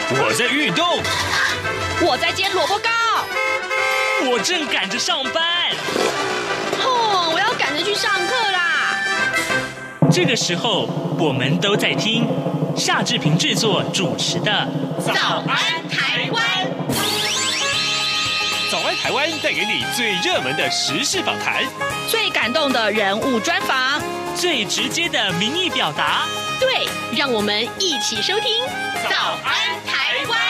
我在运动， 我在煎萝卜糕， 我正赶着上班。 我要赶着去上课啦。 这个时候，我们都在听夏志平制作主持的《 早安台湾》。 早安台湾带给你最热门的时事访谈， 最感动的人物专访， 最直接的民意表达。 对，让我们一起收听《早安台湾》。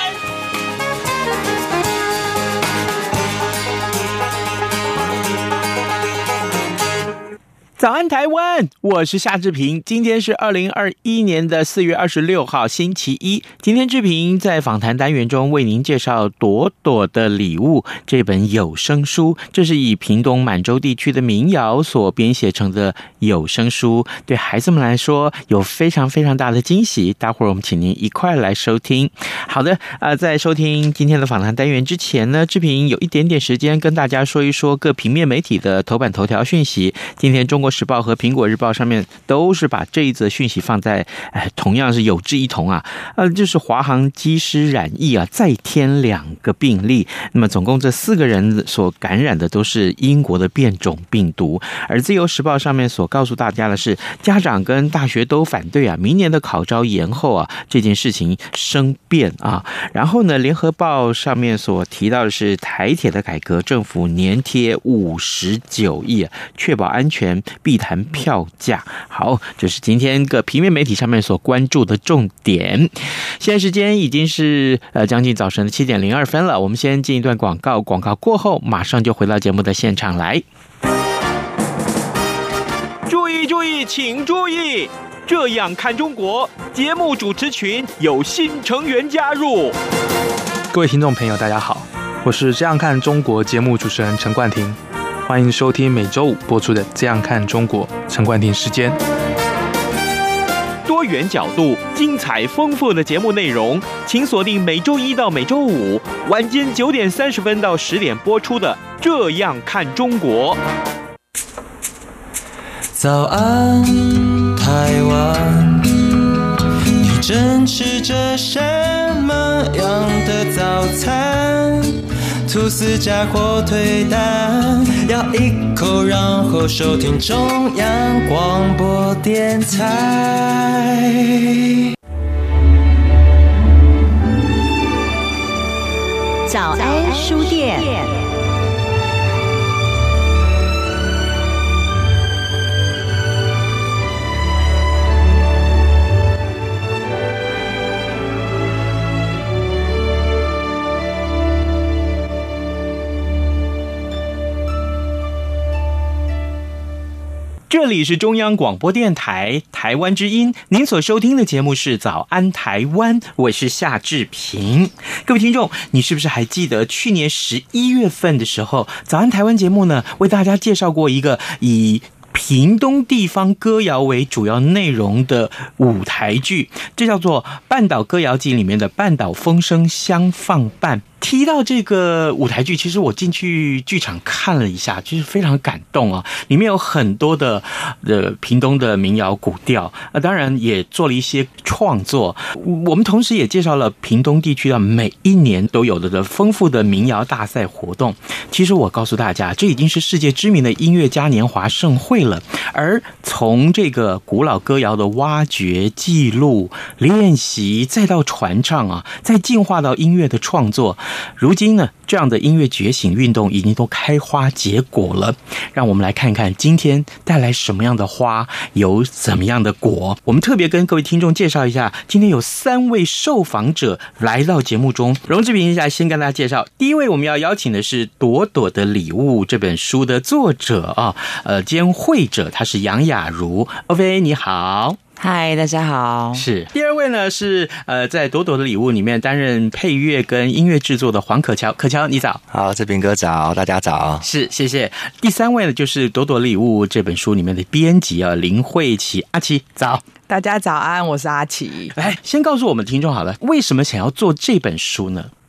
早安台湾，我是夏志平。今天是2021年的4月26号星期一。今天志平在访谈单元中为您介绍《朵朵的礼物》这本有声书，这是以屏东满洲地区的民谣所编写成的有声书，对孩子们来说有非常非常大的惊喜。待会儿我们请您一块来收听。好的，在收听今天的访谈单元之前呢，志平有一点点时间跟大家说一说各平面媒体的头版头条讯息。今天中国时报和苹果日报上面都是把这一则讯息放在同样是有志一同啊，就是华航机师染疫啊，再添2个病例。那么总共这4个人所感染的都是英国的变种病毒。而自由时报上面所告诉大家的是，家长跟大学都反对啊，明年的考招延后啊，这件事情生变啊。然后呢，联合报上面所提到的是台铁的改革，政府年贴59亿，确保安全，必谈票价。好，这是今天各平面媒体上面所关注的重点。现在时间已经是将近早晨的7点02分了。我们先进一段广告，广告过后马上就回到节目的现场来。注意注意，请注意！这样看中国节目主持群有新成员加入。 各位听众朋友，大家好，我是这样看中国节目主持人陈冠廷。欢迎收听每周5播出的《这样看中国》，陈冠廷时间。 多元角度、精彩丰富的节目内容，请锁定每周1到每周5晚间9点30分到10点播出的《这样看中国》。 早安，台湾，你正吃着什么样的早餐？吐司加火腿蛋，咬一口，然后收听中央广播电台。 早安书店。 这里是中央广播电台台湾之音，您所收听的节目是早安台湾，我是夏志平。各位听众，你是不是还记得去年11月份的时候，早安台湾节目呢为大家介绍过一个以屏东地方歌谣为主要内容的舞台剧，这叫做《半岛歌谣集》里面的《半岛风声相放伴》。提到这个舞台剧，其实我进去剧场看了一下，就是非常感动啊！里面有很多的屏东的民谣古调，当然也做了一些创作。我们同时也介绍了屏东地区的每一年都有的丰富的民谣大赛活动。其实我告诉大家，这已经是世界知名的音乐嘉年华盛会了。而从这个古老歌谣的挖掘、记录、练习，再到传唱啊，再进化到音乐的创作。如今呢，这样的音乐觉醒运动已经都开花结果了。让我们来看看今天带来什么样的花，有怎么样的果。我们特别跟各位听众介绍一下，今天有3位受访者来到节目中。荣志平一下先跟大家介绍，第一位我们要邀请的是《朵朵的礼物》这本书的作者啊，兼绘者，他是杨雅茹。OK， 你好。 嗨，大家好。 是第2位呢，是在《朵朵的礼物》里面担任配乐跟音乐制作的黄可乔。可乔你早。 好，志平哥早，大家早。 是，谢谢。第3位呢，就是《朵朵礼物》这本书里面的编辑啊，林慧琪。阿琪早。 大家早安，我是阿琪。 来，先告诉我们听众好了，为什么想要做这本书呢？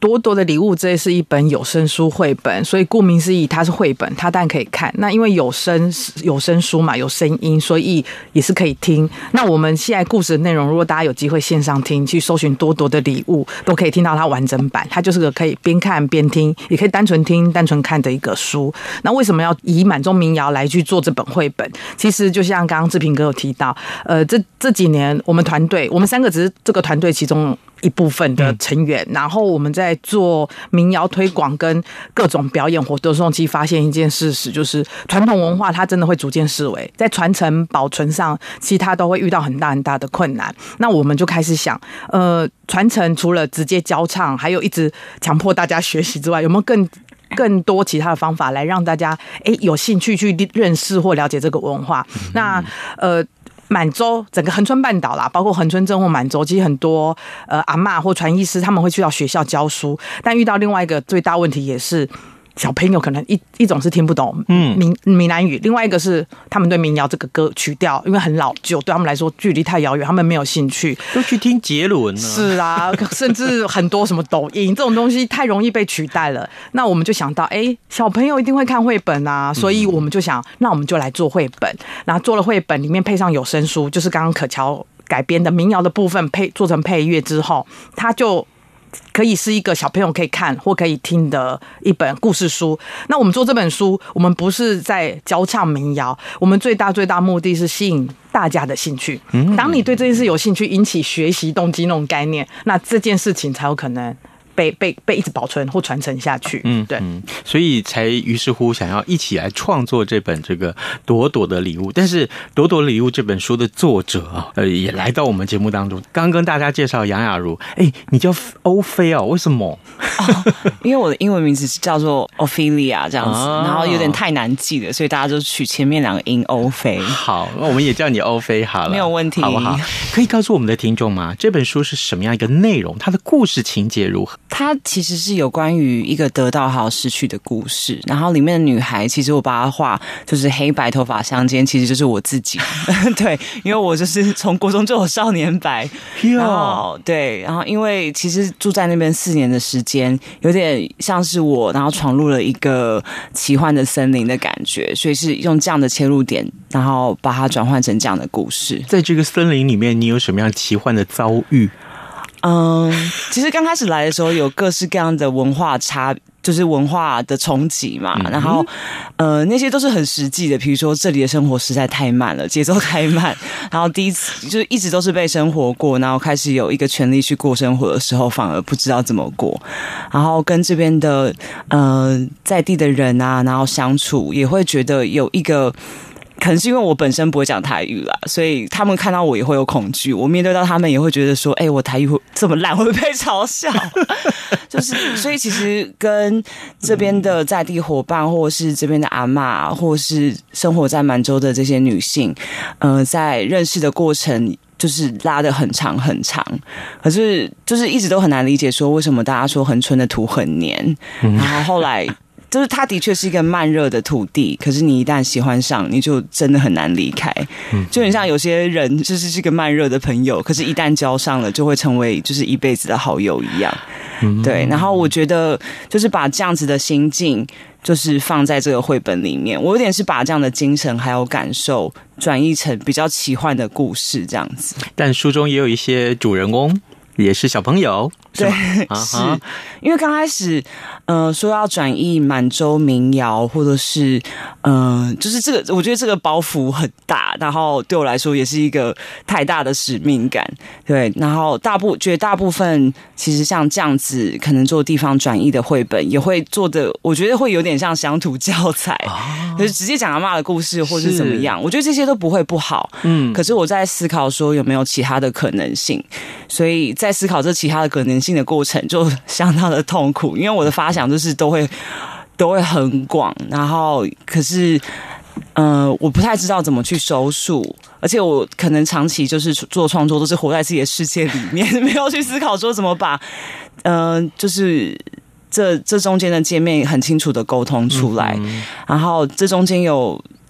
朵朵的礼物这是一本有声书绘本，所以顾名思义它是绘本，它当然可以看。那因为有声书嘛，有声音，所以也是可以听。那我们现在故事的内容，如果大家有机会线上听，去搜寻朵朵的礼物，都可以听到它完整版。它就是个可以边看边听，也可以单纯听单纯看的一个书。那为什么要以满洲民谣来去做这本绘本？其实就像刚刚志平哥有提到，这几年我们团队，我们3个只是这个团队其中一部分的成员，然后我们在做民谣推广跟各种表演活动的时候，其实发现一件事实，就是传统文化它真的会逐渐式微，在传承保存上，其实它都会遇到很大很大的困难。那我们就开始想，传承除了直接教唱，还有一直强迫大家学习之外，有没有更多其他的方法来让大家有兴趣去认识或了解这个文化？那满洲整个恒春半岛啦，包括恒春镇或满洲，其实很多阿嬷或传译师他们会去到学校教书，但遇到另外一个最大问题也是。小朋友可能一种是听不懂闽南语，另外一个是他们对民谣这个歌曲调因为很老旧，对他们来说距离太遥远，他们没有兴趣， 都去听杰伦了。 是啊，甚至很多什么抖音这种东西太容易被取代了。那我们就想到，小朋友一定会看绘本啊，所以我们就想，那我们就来做绘本。然后做了绘本，里面配上有声书，就是刚刚可乔改编的民谣的部分做成配乐之后，它就可以是一个小朋友可以看或可以听的一本故事书。那我们做这本书，我们不是在教唱民谣，我们最大目的是吸引大家的兴趣。当你对这件事有兴趣，引起学习动机那种概念，那这件事情才有可能被一直保存或传承下去。对， 所以才于是乎想要一起来创作这本这个朵朵的礼物。但是朵朵的礼物这本书的作者也来到我们节目当中，刚跟大家介绍杨雅茹，你叫欧菲哦，为什么？ 因为我的英文名字是叫做 Ophelia 这样子，然后有点太难记了，所以大家就取前面2个音欧菲。好， 那我们也叫你欧菲好了， 没有问题， 好不好？可以告诉我们的听众吗？这本书是什么样一个内容？它的故事情节如何？ 它其实是有关于一个得到还有失去的故事，然后里面的女孩，其实我把它画就是黑白头发相间，其实就是我自己。对，因为我就是从国中就有少年白，然后对，然后因为其实住在那边4年的时间，有点像是我，然后闯入了一个奇幻的森林的感觉，所以是用这样的切入点，然后把它转换成这样的故事。 在这个森林里面，你有什么样奇幻的遭遇？ 其实刚开始来的时候有各式各样的文化就是文化的冲击嘛，然后那些都是很实际的，比如说这里的生活实在太慢了，节奏太慢，然后第一次就是一直都是被生活过，然后开始有一个权利去过生活的时候，反而不知道怎么过，然后跟这边的在地的人啊，然后相处也会觉得有一个。可能是因为我本身不会讲台语啦，所以他们看到我也会有恐惧。我面对到他们也会觉得说：“我台语会这么烂，会不会被嘲笑？”就是，所以其实跟这边的在地伙伴，或是这边的阿嬷，或是生活在满洲的这些女性，在认识的过程。就是拉得很长很长，可是就是一直都很难理解说为什么大家说恒春的土很黏，然后后来就是它的确是一个慢热的土地，可是你一旦喜欢上，你就真的很难离开。就很像有些人就是这个慢热的朋友，可是一旦交上了，就会成为就是一辈子的好友一样。对，然后我觉得就是把这样子的心境。就是放在这个绘本里面，我有点是把这样的精神还有感受转译成比较奇幻的故事这样子。 但书中也有一些主人公也是小朋友， 对，是因为刚开始说要转译满洲民谣，或者是就是这个，我觉得这个包袱很大，然后对我来说也是一个太大的使命感。对，然后绝大部分其实像这样子，可能做地方转译的绘本也会做的，我觉得会有点像乡土教材，就是直接讲阿嬷的故事或是怎么样。我觉得这些都不会不好，可是我在思考说有没有其他的可能性，所以在思考这其他的可能性的过程就相当的痛苦，因为我的发想就是都会很广，然后可是我不太知道怎么去收束，而且我可能长期就是做创作都是活在自己的世界里面，没有去思考说怎么把就是这中间的界面很清楚的沟通出来，然后这中间有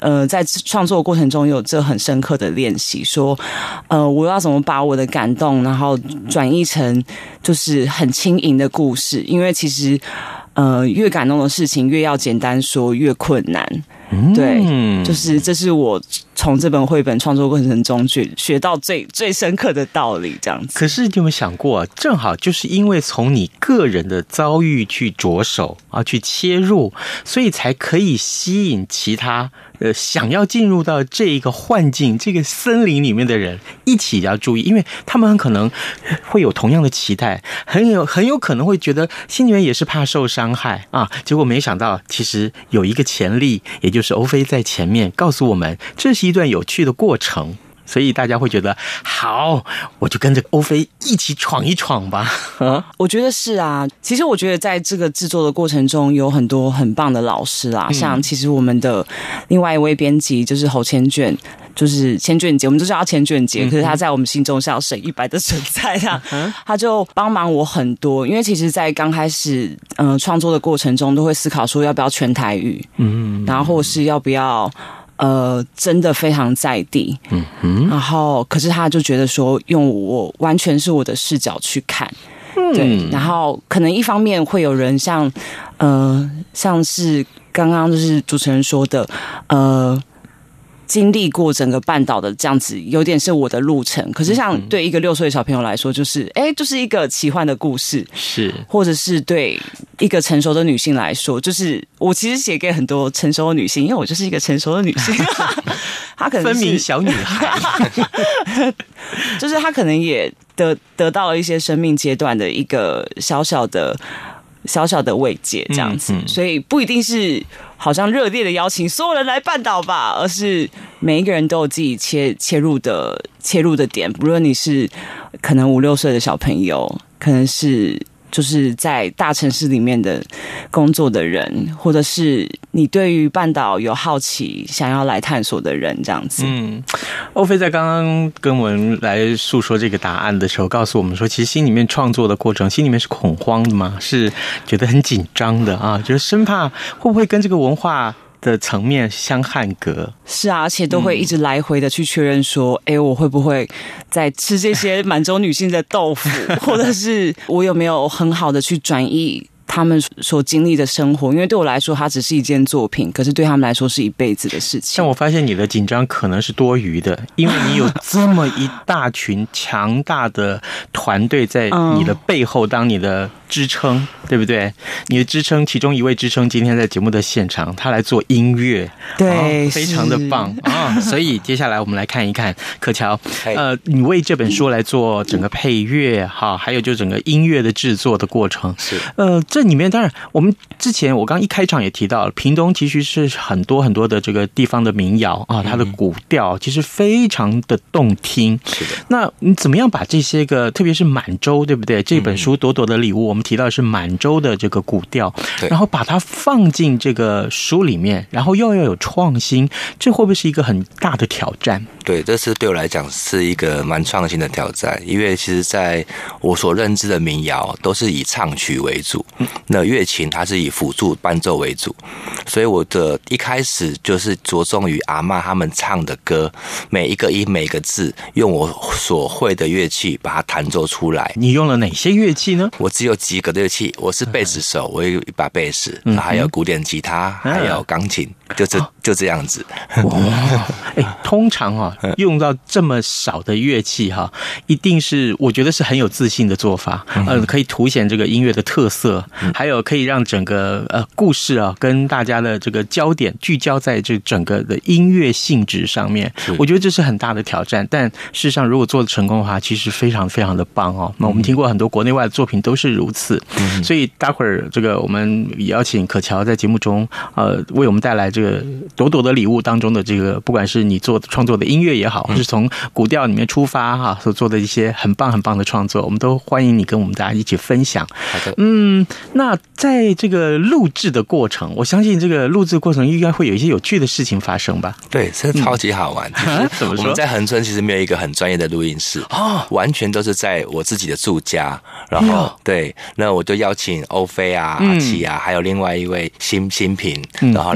在创作的过程中有这很深刻的练习，说我要怎么把我的感动然后转译成就是很轻盈的故事，因为其实越感动的事情越要简单说越困难。对，就是这是我从这本绘本创作过程中学到最深刻的道理，这样子。 可是你有没有想过，正好就是因为从你个人的遭遇去着手啊，去切入，所以才可以吸引其他想要进入到这一个幻境、这个森林里面的人一起要注意，因为他们很可能会有同样的期待，很有可能会觉得心里面也是怕受伤害啊。结果没想到，其实有一个潜力，也就是欧菲在前面告诉我们，这是一段有趣的过程。所以大家会觉得好，我就跟着欧菲一起闯一闯吧。 我觉得是啊，其实我觉得在这个制作的过程中有很多很棒的老师啦，像其实我们的另外一位编辑就是侯千卷，就是千卷姐，我们就叫他千卷姐，可是他在我们心中是要省100的存在啊。他就帮忙我很多，因为其实在刚开始创作的过程中都会思考说要不要全台语，然后或是要不要真的非常在地，然后可是他就觉得说用我完全是我的视角去看，对，然后可能一方面会有人像是刚刚就是主持人说的经历过整个半岛的这样子，有点是我的路程。可是像对一个6岁的小朋友来说，就是就是一个奇幻的故事， 是，或者是对一个成熟的女性来说，就是我其实写给很多成熟的女性，因为我就是一个成熟的女性，她可能分明小女孩， 就是她可能也得到了一些生命阶段的一个小小的慰藉，这样子，所以不一定是好像热烈的邀请所有人来半岛吧，而是每一个人都有自己切入的点，不论你是可能5、6岁的小朋友，可能是就是在大城市里面的工作的人，或者是你对于半岛有好奇想要来探索的人，这样子。 欧菲在刚刚跟我们来诉说这个答案的时候，告诉我们说，其实心里面创作的过程，心里面是恐慌的嘛，是觉得很紧张的啊，就是生怕会不会跟这个文化的层面相汉格。 是啊，而且都会一直来回的去确认说，我会不会在吃这些满洲女性的豆腐，或者是我有没有很好的去转译他们所经历的生活，因为对我来说它只是一件作品，可是对他们来说是一辈子的事情。 但我发现你的紧张可能是多余的，因为你有这么一大群强大的团队在你的背后当你的支撑，对不对？你的支撑，其中一位支撑今天在节目的现场，他来做音乐， 对， 非常的棒啊！所以接下来我们来看一看可乔，你为这本书来做整个配乐哈，还有就整个音乐的制作的过程， 是这里面当然我们之前我刚一开场也提到了，屏东其实是很多很多的这个地方的民谣啊，它的古调其实非常的动听。 是的， 那你怎么样把这些个，特别是满洲，对不对？这本书朵朵的礼物，我们提到的是满洲的这个古调，然后把它放进这个书里面，然后又要有创新，这会不会是一个很大的挑战？ 对，这是对我来讲是一个蛮创新的挑战，因为其实在我所认知的民谣都是以唱曲为主，那乐琴它是以辅助伴奏为主，所以我的一开始就是着重于阿嬷他们唱的歌，每一个音每一个字，用我所会的乐器把它弹奏出来。 你用了哪些乐器呢？ 我只有几个乐器，我是贝斯手，我有一把贝斯，还有古典吉他，还有钢琴，就这样子。 通常用到这么少的乐器一定是我觉得是很有自信的做法，可以凸显这个音乐的特色，还有可以让整个故事跟大家的这个焦点聚焦在这整个的音乐性质上面。我觉得这是很大的挑战，但事实上如果做得成功的话，其实非常非常的棒哦。那我们听过很多国内外的作品都是如此，所以待会儿这个我们也邀请可乔在节目中为我们带来这个朵朵的礼物当中的这个，不管是你创作的音乐也好，或是从古调里面出发所做的一些很棒很棒的创作，我们都欢迎你跟我们大家一起分享。 好的， 那在这个录制的过程，我相信这个录制过程应该会有一些有趣的事情发生吧？ 对，这超级好玩。 怎么说？ 我们在恒春其实没有一个很专业的录音室，完全都是在我自己的住家。然后对，那我就邀请欧菲啊、阿奇啊，还有另外一位新品，然后来我们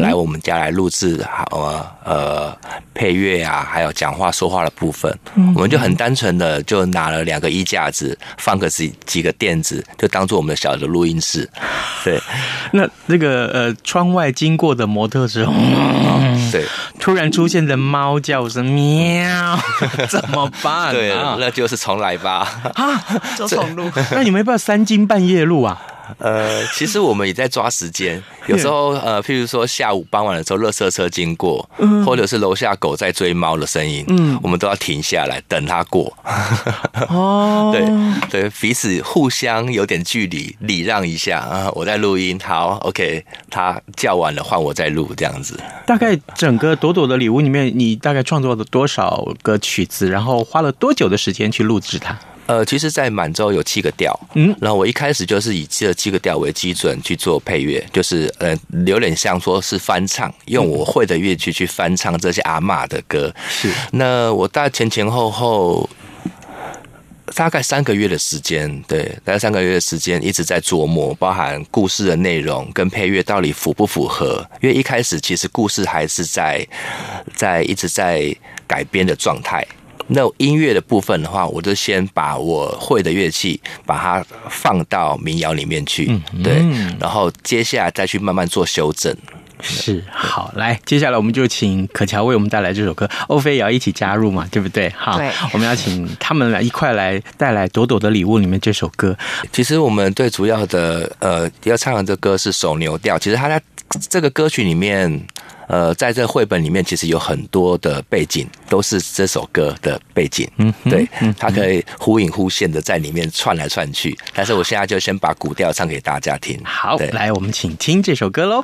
家来录制配乐啊，还有讲话说话的部分。我们就很单纯的就拿了2个衣架子，放个几个垫子，就当做我们的小的录音室。对， 那这个窗外经过的摩托车， 对， 突然出现的猫叫声喵，怎么办？ 对，那就是重来吧。 就重录。 那你们要不要3更半夜录啊？ 其实我们也在抓时间，有时候譬如说下午傍晚的时候，垃圾车经过，或者是楼下狗在追猫的声音，我们都要停下来等它过。 哦， 对，彼此互相有点距离，礼让一下啊。我在录音，好 ，OK， 它叫完了，换我再录，这样子。 大概整个朵朵的礼物里面，你大概创作了多少个曲子，然后花了多久的时间去录制它？ 其实，在满洲有7个调，然后我一开始就是以这7个调为基准去做配乐，就是有点像说是翻唱，用我会的乐器去翻唱这些阿嬷的歌。 是， 那我大概前后大概3个月的时间，对，大概3个月的时间一直在琢磨，包含故事的内容跟配乐到底符不符合。因为一开始其实故事还是一直在改编的状态。那音乐的部分的话，我就先把我会的乐器把它放到民谣里面去，对，然后接下来再去慢慢做修正。 是，好，来，接下来我们就请可乔为我们带来这首歌，欧菲也要一起加入嘛，对不对？好， 对， 我们要请他们来一块来带来《朵朵的礼物》里面这首歌。 其实我们最主要的要唱的这歌是手牛调，其实它在这个歌曲里面。在这绘本里面，其实有很多的背景都是这首歌的背景，对，它可以忽隐忽现的在里面串来串去。但是我现在就先把古调唱给大家听。 好，来，我们请听这首歌喽。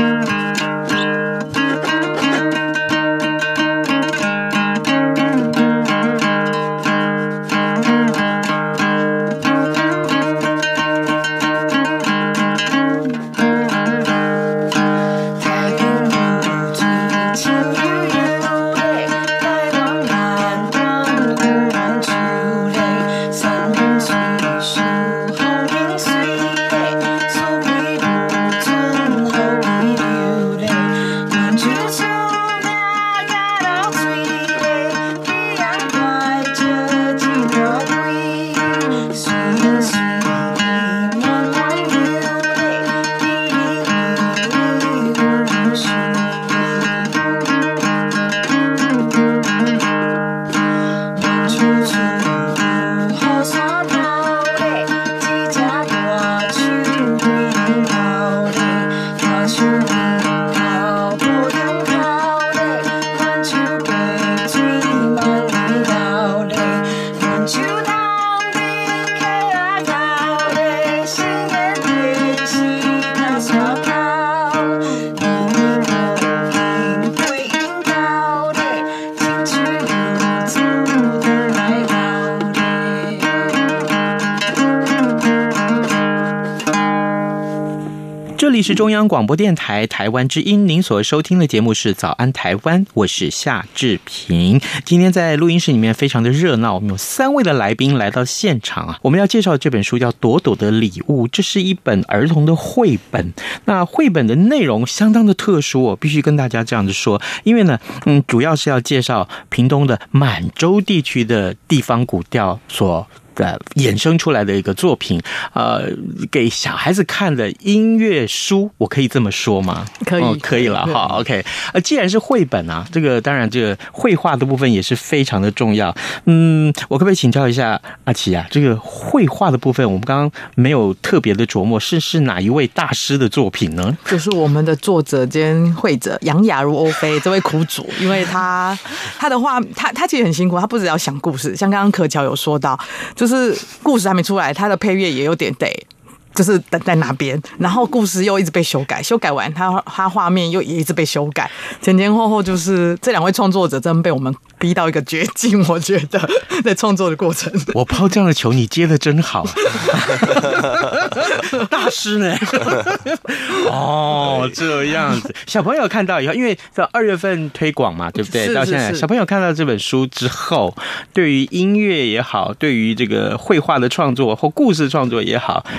这里是中央广播电台台湾之音，您所收听的节目是早安台湾，我是夏志平。今天在录音室里面非常的热闹，我们有3位的来宾来到现场啊。我们要介绍这本书叫《朵朵的礼物》，这是一本儿童的绘本。那绘本的内容相当的特殊，我必须跟大家这样子说，因为呢，主要是要介绍屏东的满洲地区的地方古调所衍生出来的一个作品，给小孩子看的音乐书，我可以这么说吗？ 可以， 可以了哈。OK， 既然是绘本啊，这个当然这个绘画的部分也是非常的重要。我可不可以请教一下阿奇啊？这个绘画的部分，我们刚刚没有特别的琢磨，是哪一位大师的作品呢？ 就是我们的作者兼绘者杨雅茹欧菲这位苦主，因为他的画，他其实很辛苦，他不只要想故事，像刚刚可乔有说到，就是故事还没出来，他的配乐也有点得就是等在那边，然后故事又一直被修改，修改完他画面又也一直被修改，前后就是这2位创作者真的被我们逼到一个绝境，我觉得在创作的过程。 我抛这样的球，你接的真好，大师呢？哦，这样子，小朋友看到以后，因为在2月份推广嘛，对不对？到现在，小朋友看到这本书之后，对于音乐也好，对于这个绘画的创作或故事创作也好，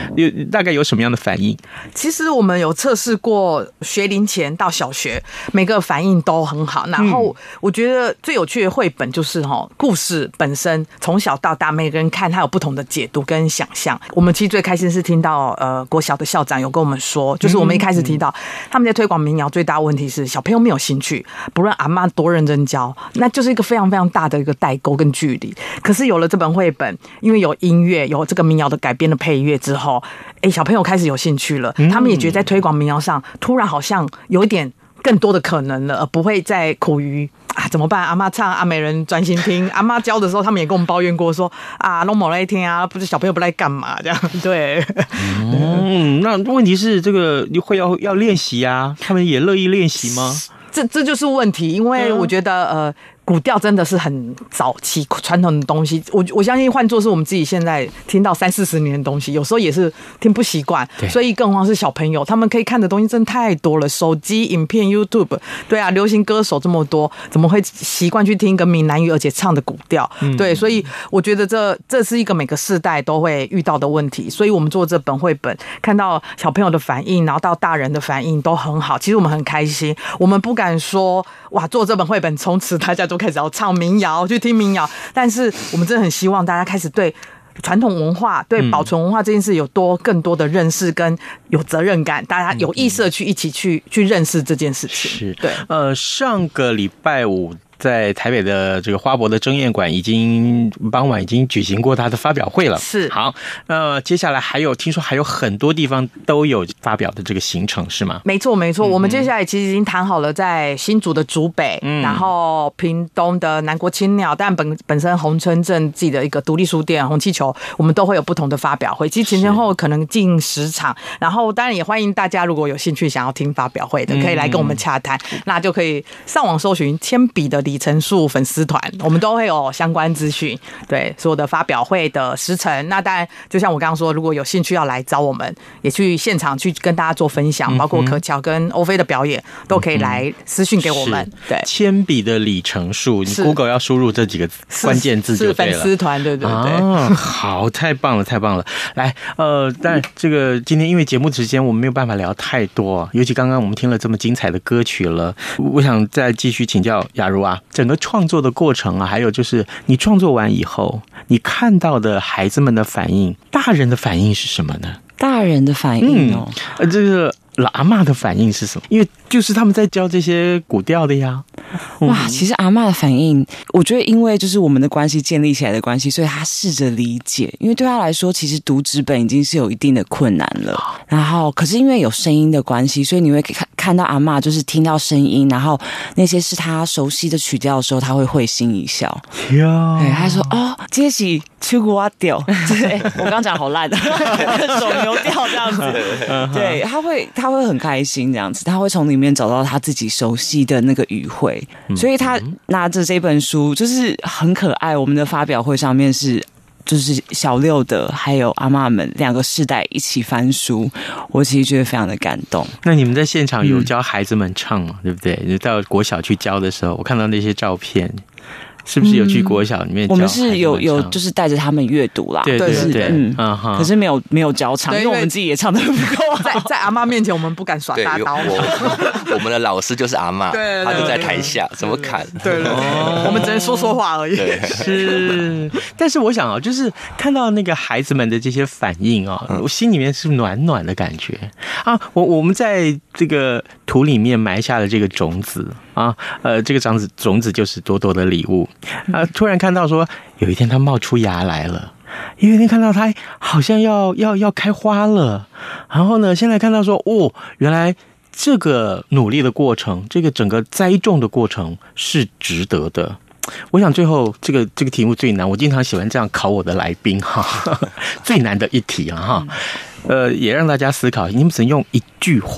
大概有什么样的反应？ 其实我们有测试过学龄前到小学，每个反应都很好。然后我觉得最有趣的绘本就是故事本身从小到大，每个人看他有不同的解读跟想象。我们其实最开心是听到国小的校长有跟我们说，就是我们一开始提到他们在推广民谣最大的问题是小朋友没有兴趣，不论阿嬷多认真教，那就是一个非常非常大的一个代沟跟距离。可是有了这本绘本，因为有音乐，有这个民谣的改编的配乐之后，小朋友开始有兴趣了，他们也觉得在推广民谣上，突然好像有一点更多的可能了，而不会再苦于怎么办？阿嬷唱没人专心听。阿嬷教的时候，他们也跟我们抱怨过说都没来听啊，不是小朋友不来干嘛这样？对。 那问题是这个会要练习啊，他们也乐意练习吗？ 这就是问题，因为我觉得古调真的是很早期传统的东西，我相信换作是我们自己现在听到30-40年的东西，有时候也是听不习惯，所以更何况是小朋友，他们可以看的东西真的太多了，手机影片 YouTube， 对啊，流行歌手这么多，怎么会习惯去听一个闽南语而且唱的古调？对，所以我觉得这是一个每个世代都会遇到的问题，所以我们做这本绘本，看到小朋友的反应，然后到大人的反应都很好，其实我们很开心，我们不敢说哇，做这本绘本从此大家都开始要唱民谣，去听民谣，但是我们真的很希望大家开始对传统文化、对保存文化这件事有更多的认识跟有责任感，大家有意识的一起去认识这件事情。 是， 对。 上个礼拜五，在台北的这个花博的争艳馆傍晚已经举行过他的发表会了。 是。 好，接下来听说还有很多地方都有发表的这个行程是吗？ 没错没错，我们接下来其实已经谈好了，在新竹的竹北，然后屏东的南国青鸟，但本身红春镇自己的一个独立书店红气球，我们都会有不同的发表会，其实前后可能近10场，然后当然也欢迎大家如果有兴趣想要听发表会的，可以来跟我们洽谈，那就可以上网搜寻铅笔的李成树粉丝团，我们都会有相关资讯，对所有的发表会的时程。那当然就像我刚刚说，如果有兴趣要来找我们，也去现场去跟大家做分享，包括可乔跟欧菲的表演，都可以来私讯给我们。对， 铅笔的李成树，你 Google 要输入这几个关键字就对了。 是粉丝团，对对对。 好，太棒了，太棒了。来，当然这个今天因为节目时间，我们没有办法聊太多，尤其刚刚我们听了这么精彩的歌曲了，我想再继续请教雅茹啊，整个创作的过程啊，还有就是你创作完以后，你看到的孩子们的反应，大人的反应是什么呢？ 大人的反应这个老阿嬷的反应是什么？因为就是他们在教这些古调的呀。 哇，其实阿嬷的反应，我觉得因为就是我们的关系建立起来的关系，所以他试着理解，因为对他来说，其实读纸本已经是有一定的困难了。然后，可是因为有声音的关系，所以你会看到阿嬷就是听到声音，然后那些是他熟悉的曲调的时候，他会会心一笑。对，他说：“哦，这是秋瓜调。”对，我刚讲好烂的手牛调这样子。对，他会很开心这样子，他会从里面找到他自己熟悉的那个语汇，所以他拿着这本书就是很可爱。我们的发表会上面就是小六的还有阿嬷们2个世代一起翻书，我其实觉得非常的感动。 那你们在现场有教孩子们唱吗？对不对？你到国小去教的时候，我看到那些照片。是不是有去国小里面教？ 我们是有就是带着他们阅读啦， 对对对， 可是没有教唱，因为我们自己也唱得不够好。 在阿嬷面前，我们不敢耍大刀。 我们的老师就是阿嬷，他就在台下，怎么砍？ 对，我们只能说话而已。 是，但是我想就是看到那个孩子们的这些反应我心里面是暖暖的感觉啊。我们在这个土里面埋下了这个种子啊，这个种子就是多多的礼物啊。突然看到说有一天它冒出芽来了，有一天看到它好像要开花了，然后呢，现在看到说原来这个努力的过程，这个整个栽种的过程是值得的。我想最后这个题目最难，我经常喜欢这样考我的来宾最难的一题也让大家思考，你们只能用一句话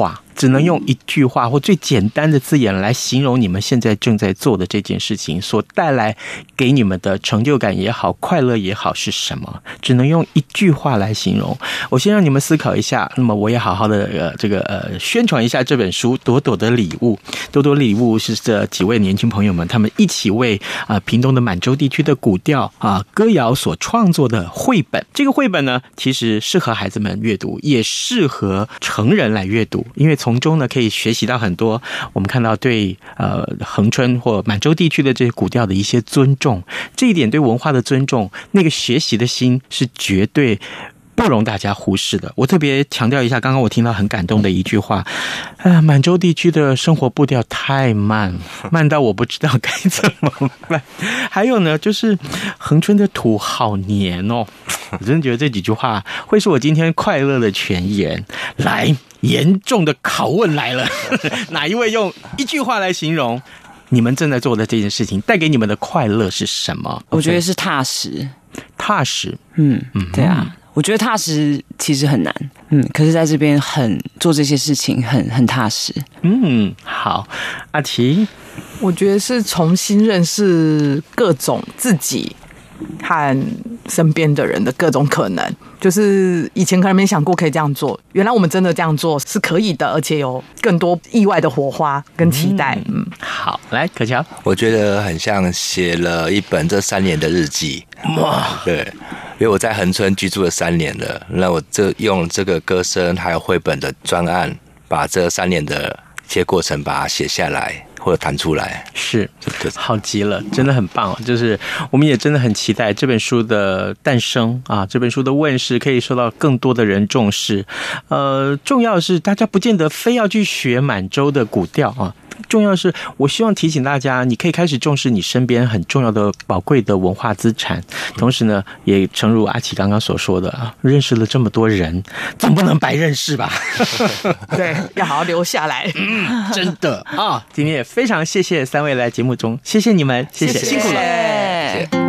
只能用一句话或最简单的字眼来形容你们现在正在做的这件事情所带来给你们的成就感也好，快乐也好是什么？只能用一句话来形容。我先让你们思考一下，那么我也好好的宣传一下这本书《朵朵的礼物》。朵朵礼物是这几位年轻朋友们他们一起为屏东的满洲地区的古调歌谣所创作的绘本。这个绘本呢，其实适合孩子们阅读，也适合成人来阅读，因为从中呢可以学习到很多我们看到对恒春或满洲地区的这些古调的一些尊重。这一点对文化的尊重，那个学习的心是绝对不容大家忽视的。我特别强调一下，刚刚我听到很感动的一句话，满洲地区的生活步调太慢到我不知道该怎么办。还有呢，就是恒春的土好黏哦，我真的觉得这几句话会是我今天快乐的泉源。来，严重的拷问来了，哪一位用一句话来形容你们正在做的这件事情带给你们的快乐是什么？ 我觉得是踏实。 踏实， 对啊，我觉得踏实其实很难，可是在这边做这些事情很踏实。 好，阿琪， 我觉得是重新认识各种自己和身边的人的各种可能，就是以前可能没想过可以这样做，原来我们真的这样做是可以的，而且有更多意外的火花跟期待。 好，来可乔， 我觉得很像写了一本这3年的日记。哇，对，因为我在恒春居住了3年了，那我用这个歌声还有绘本的专案，把这3年的一些过程把它写下来或者弹出来， 是好极了，真的很棒。就是我们也真的很期待这本书的诞生啊，这本书的问世可以受到更多的人重视。重要的是大家不见得非要去学满洲的古调啊。重要的是，我希望提醒大家，你可以开始重视你身边很重要的、宝贵的文化资产。同时呢，也诚如阿琪刚刚所说的，认识了这么多人，总不能白认识吧？ 对，要好好留下来。 真的啊！今天也非常谢谢3位来节目中，谢谢你们，谢谢，辛苦了。谢谢。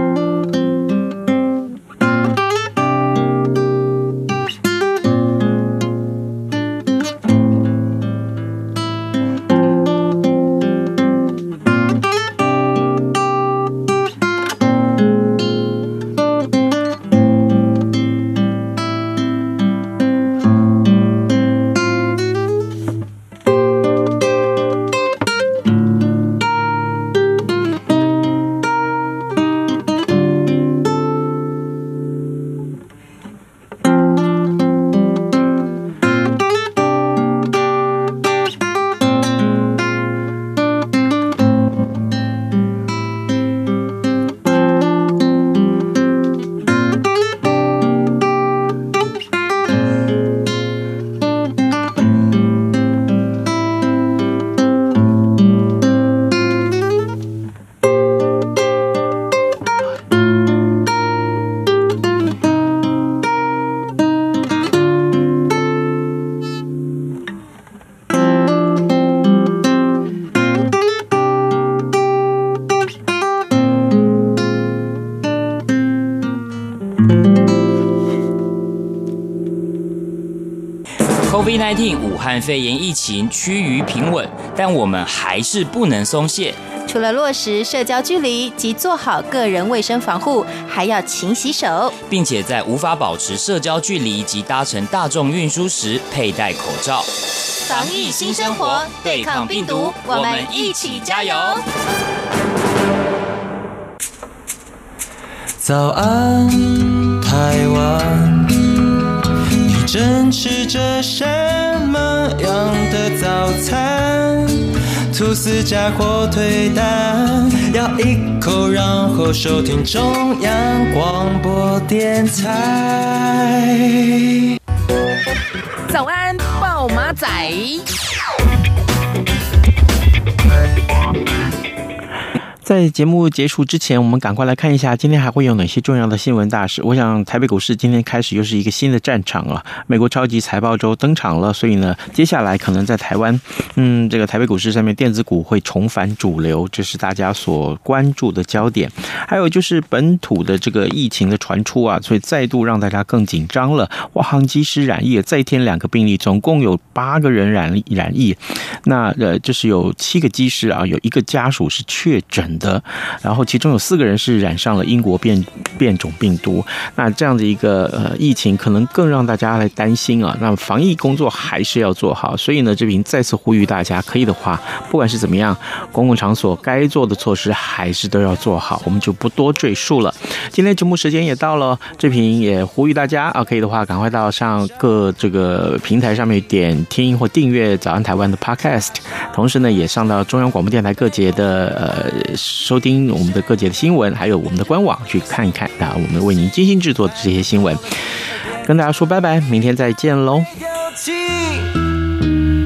COVID-19 武汉肺炎疫情趋于平稳，但我们还是不能松懈。 除了落实社交距离及做好个人卫生防护，还要勤洗手， 并且在无法保持社交距离及搭乘大众运输时佩戴口罩。 防疫新生活，对抗病毒，我们一起加油！ 早安，台湾，你正吃着什么样的早餐？吐司加火腿蛋，咬一口，然后收听中央广播电台。 早安，暴马仔。 在节目结束之前，我们赶快来看一下今天还会有哪些重要的新闻大事。我想台北股市今天开始又是一个新的战场了，美国超级财报周登场了，所以呢，接下来可能在台湾，这个台北股市上面电子股会重返主流，这是大家所关注的焦点。还有就是本土的这个疫情的传出啊，所以再度让大家更紧张了。华航机师染疫，再添2个病例，总共有8个人染疫。那就是有7个机师啊，有1个家属是确诊的，然后其中有4个人是染上了英国变种病毒。那这样的一个疫情，可能更让大家来担心啊。那防疫工作还是要做好，所以呢，这边再次呼吁大家，可以的话，不管是怎么样，公共场所该做的措施还是都要做好，我们就不多赘述了。今天节目时间也到了，这边也呼吁大家啊，可以的话，赶快到上各这个平台上面点听或订阅早安台湾的 Podcast， 同时呢，也上到中央广播电台各节的收听我们的各节的新闻，还有我们的官网去看一看啊，我们为您精心制作的这些新闻。跟大家说拜拜，明天再见喽。